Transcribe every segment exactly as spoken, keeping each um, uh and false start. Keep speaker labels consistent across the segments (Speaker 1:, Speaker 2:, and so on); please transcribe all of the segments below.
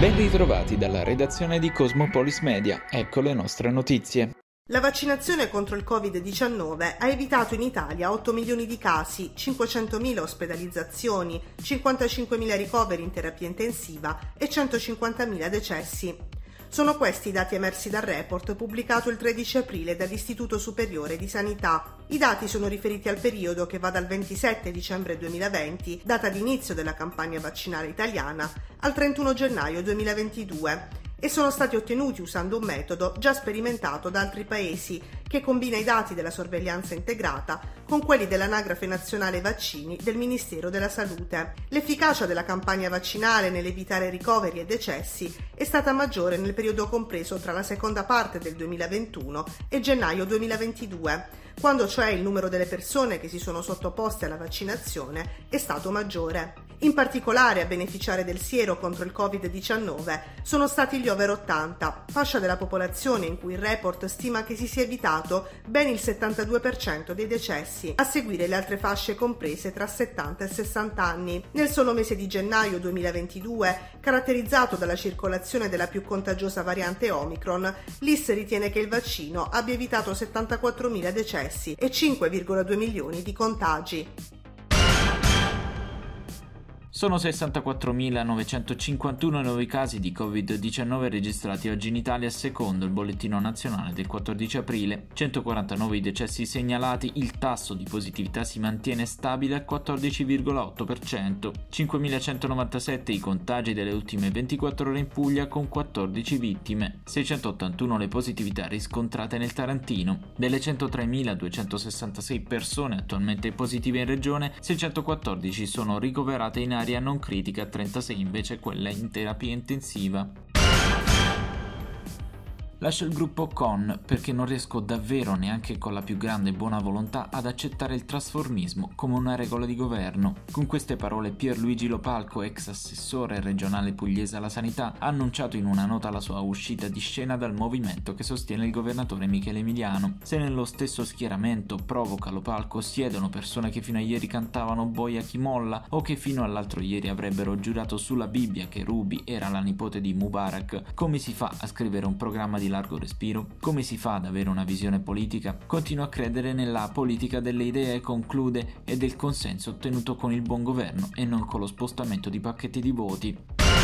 Speaker 1: Ben ritrovati dalla redazione di Cosmopolis Media, ecco le nostre notizie.
Speaker 2: La vaccinazione contro il covid diciannove ha evitato in Italia otto milioni di casi, cinquecentomila ospedalizzazioni, cinquantacinquemila ricoveri in terapia intensiva e centocinquantamila decessi. Sono questi i dati emersi dal report pubblicato il tredici aprile dall'Istituto Superiore di Sanità. I dati sono riferiti al periodo che va dal ventisette dicembre duemilaventi, data di inizio della campagna vaccinale italiana, al trentuno gennaio duemilaventidue e sono stati ottenuti usando un metodo già sperimentato da altri paesi che combina i dati della sorveglianza integrata con quelli dell'Anagrafe Nazionale Vaccini del Ministero della Salute. L'efficacia della campagna vaccinale nell'evitare ricoveri e decessi è stata maggiore nel periodo compreso tra la seconda parte del duemilaventuno e gennaio duemilaventidue, quando cioè il numero delle persone che si sono sottoposte alla vaccinazione è stato maggiore. In particolare a beneficiare del siero contro il covid diciannove sono stati gli over ottanta, fascia della popolazione in cui il report stima che si sia evitato ben il settantadue per cento dei decessi, a seguire le altre fasce comprese tra settanta e sessanta anni. Nel solo mese di gennaio duemilaventidue, caratterizzato dalla circolazione della più contagiosa variante Omicron, l'I S ritiene che il vaccino abbia evitato settantaquattromila decessi e cinque virgola due milioni di contagi.
Speaker 3: Sono sessantaquattromilanovecentocinquantuno nuovi casi di covid diciannove registrati oggi in Italia secondo il bollettino nazionale del quattordici aprile, centoquarantanove i decessi segnalati, il tasso di positività si mantiene stabile al quattordici virgola otto per cento, cinquemilacentonovantasette i contagi delle ultime ventiquattro ore in Puglia con quattordici vittime, seicentottantuno le positività riscontrate nel Tarantino. Delle centotremiladuecentosessantasei persone attualmente positive in regione, seicentoquattordici sono ricoverate in area non critica, trentasei invece quella in terapia intensiva. Lascio il gruppo Con perché non riesco davvero neanche con la più grande buona volontà ad accettare il trasformismo come una regola di governo. Con queste parole Pierluigi Lopalco, ex assessore regionale pugliese alla sanità, ha annunciato in una nota la sua uscita di scena dal movimento che sostiene il governatore Michele Emiliano. Se nello stesso schieramento provoca Lopalco siedono persone che fino a ieri cantavano Boia chi molla o che fino all'altro ieri avrebbero giurato sulla Bibbia che Ruby era la nipote di Mubarak, come si fa a scrivere un programma di largo respiro? Come si fa ad avere una visione politica? Continua a credere nella politica delle idee, conclude, e del consenso ottenuto con il buon governo e non con lo spostamento di pacchetti di voti.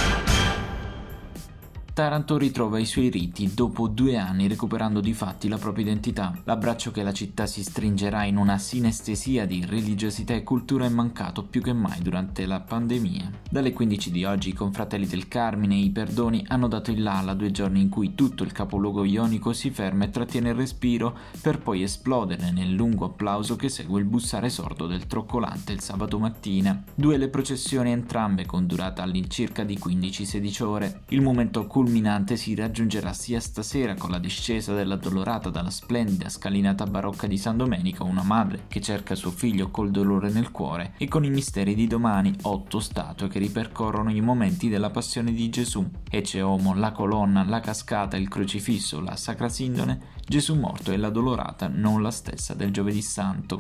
Speaker 3: Taranto ritrova i suoi riti dopo due anni, recuperando di fatti la propria identità. L'abbraccio che la città si stringerà in una sinestesia di religiosità e cultura è mancato più che mai durante la pandemia. Dalle quindici di oggi i confratelli del Carmine e i Perdoni hanno dato il là a due giorni in cui tutto il capoluogo ionico si ferma e trattiene il respiro per poi esplodere nel lungo applauso che segue il bussare sordo del troccolante il sabato mattina. Due le processioni, entrambe con durata all'incirca di quindici sedici ore. Il momento culminante culminante si raggiungerà sia stasera con la discesa dell'addolorata dalla splendida scalinata barocca di San Domenico, una madre che cerca suo figlio col dolore nel cuore, e con i misteri di domani, otto statue che ripercorrono i momenti della passione di Gesù: Ecce Homo, la colonna, la cascata, il crocifisso, la Sacra Sindone, Gesù morto e l'addolorata non la stessa del Giovedì Santo.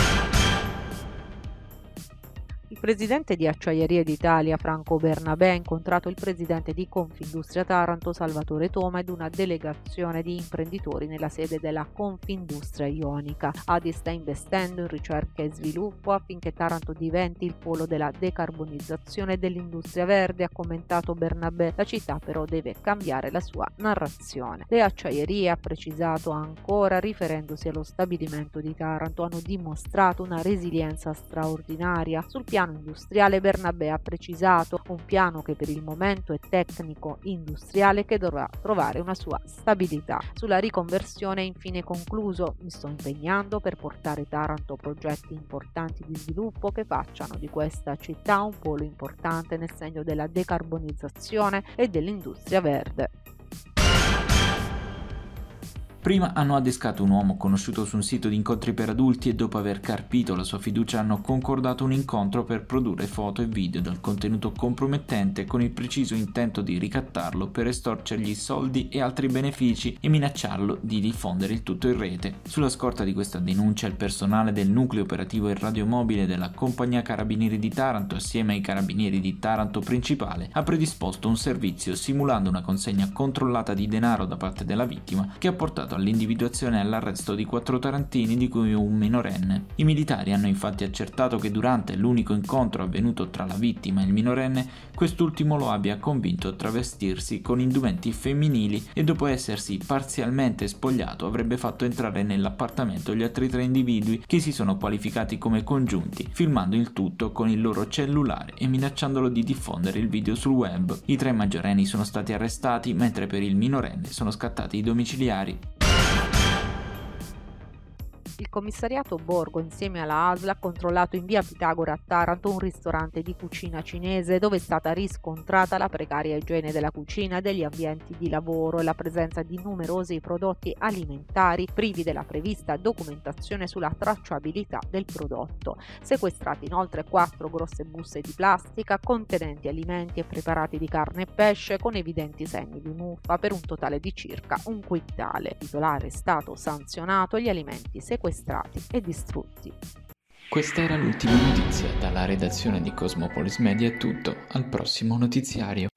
Speaker 4: Il presidente di Acciaierie d'Italia, Franco Bernabé, ha incontrato il presidente di Confindustria Taranto, Salvatore Toma, ed una delegazione di imprenditori nella sede della Confindustria Ionica. Adi sta investendo in ricerca e sviluppo affinché Taranto diventi il polo della decarbonizzazione dell'industria verde, ha commentato Bernabé. La città però deve cambiare la sua narrazione. Le acciaierie, ha precisato ancora, riferendosi allo stabilimento di Taranto, hanno dimostrato una resilienza straordinaria. Sul piano industriale Bernabé ha precisato un piano che per il momento è tecnico industriale che dovrà trovare una sua stabilità. Sulla riconversione infine concluso: mi sto impegnando per portare Taranto a progetti importanti di sviluppo che facciano di questa città un polo importante nel segno della decarbonizzazione e dell'industria verde.
Speaker 3: Prima hanno adescato un uomo conosciuto su un sito di incontri per adulti e dopo aver carpito la sua fiducia hanno concordato un incontro per produrre foto e video dal contenuto compromettente con il preciso intento di ricattarlo per estorcergli soldi e altri benefici e minacciarlo di diffondere il tutto in rete. Sulla scorta di questa denuncia il personale del nucleo operativo e radiomobile della compagnia Carabinieri di Taranto assieme ai Carabinieri di Taranto principale ha predisposto un servizio simulando una consegna controllata di denaro da parte della vittima che ha portato all'individuazione e all'arresto di quattro tarantini di cui un minorenne. I militari hanno infatti accertato che durante l'unico incontro avvenuto tra la vittima e il minorenne quest'ultimo lo abbia convinto a travestirsi con indumenti femminili e dopo essersi parzialmente spogliato avrebbe fatto entrare nell'appartamento gli altri tre individui che si sono qualificati come congiunti, filmando il tutto con il loro cellulare e minacciandolo di diffondere il video sul web. I tre maggiorenni sono stati arrestati mentre per il minorenne sono scattati i domiciliari.
Speaker 4: Il commissariato Borgo insieme alla A S L ha controllato in via Pitagora a Taranto un ristorante di cucina cinese dove è stata riscontrata la precaria igiene della cucina e degli ambienti di lavoro e la presenza di numerosi prodotti alimentari privi della prevista documentazione sulla tracciabilità del prodotto. Sequestrati inoltre quattro grosse buste di plastica contenenti alimenti e preparati di carne e pesce con evidenti segni di muffa per un totale di circa un quintale. Il titolare è stato sanzionato e gli alimenti sequestrati sequestrati e distrutti.
Speaker 1: Questa era l'ultima notizia. Dalla redazione di Cosmopolis Media è tutto. Al prossimo notiziario.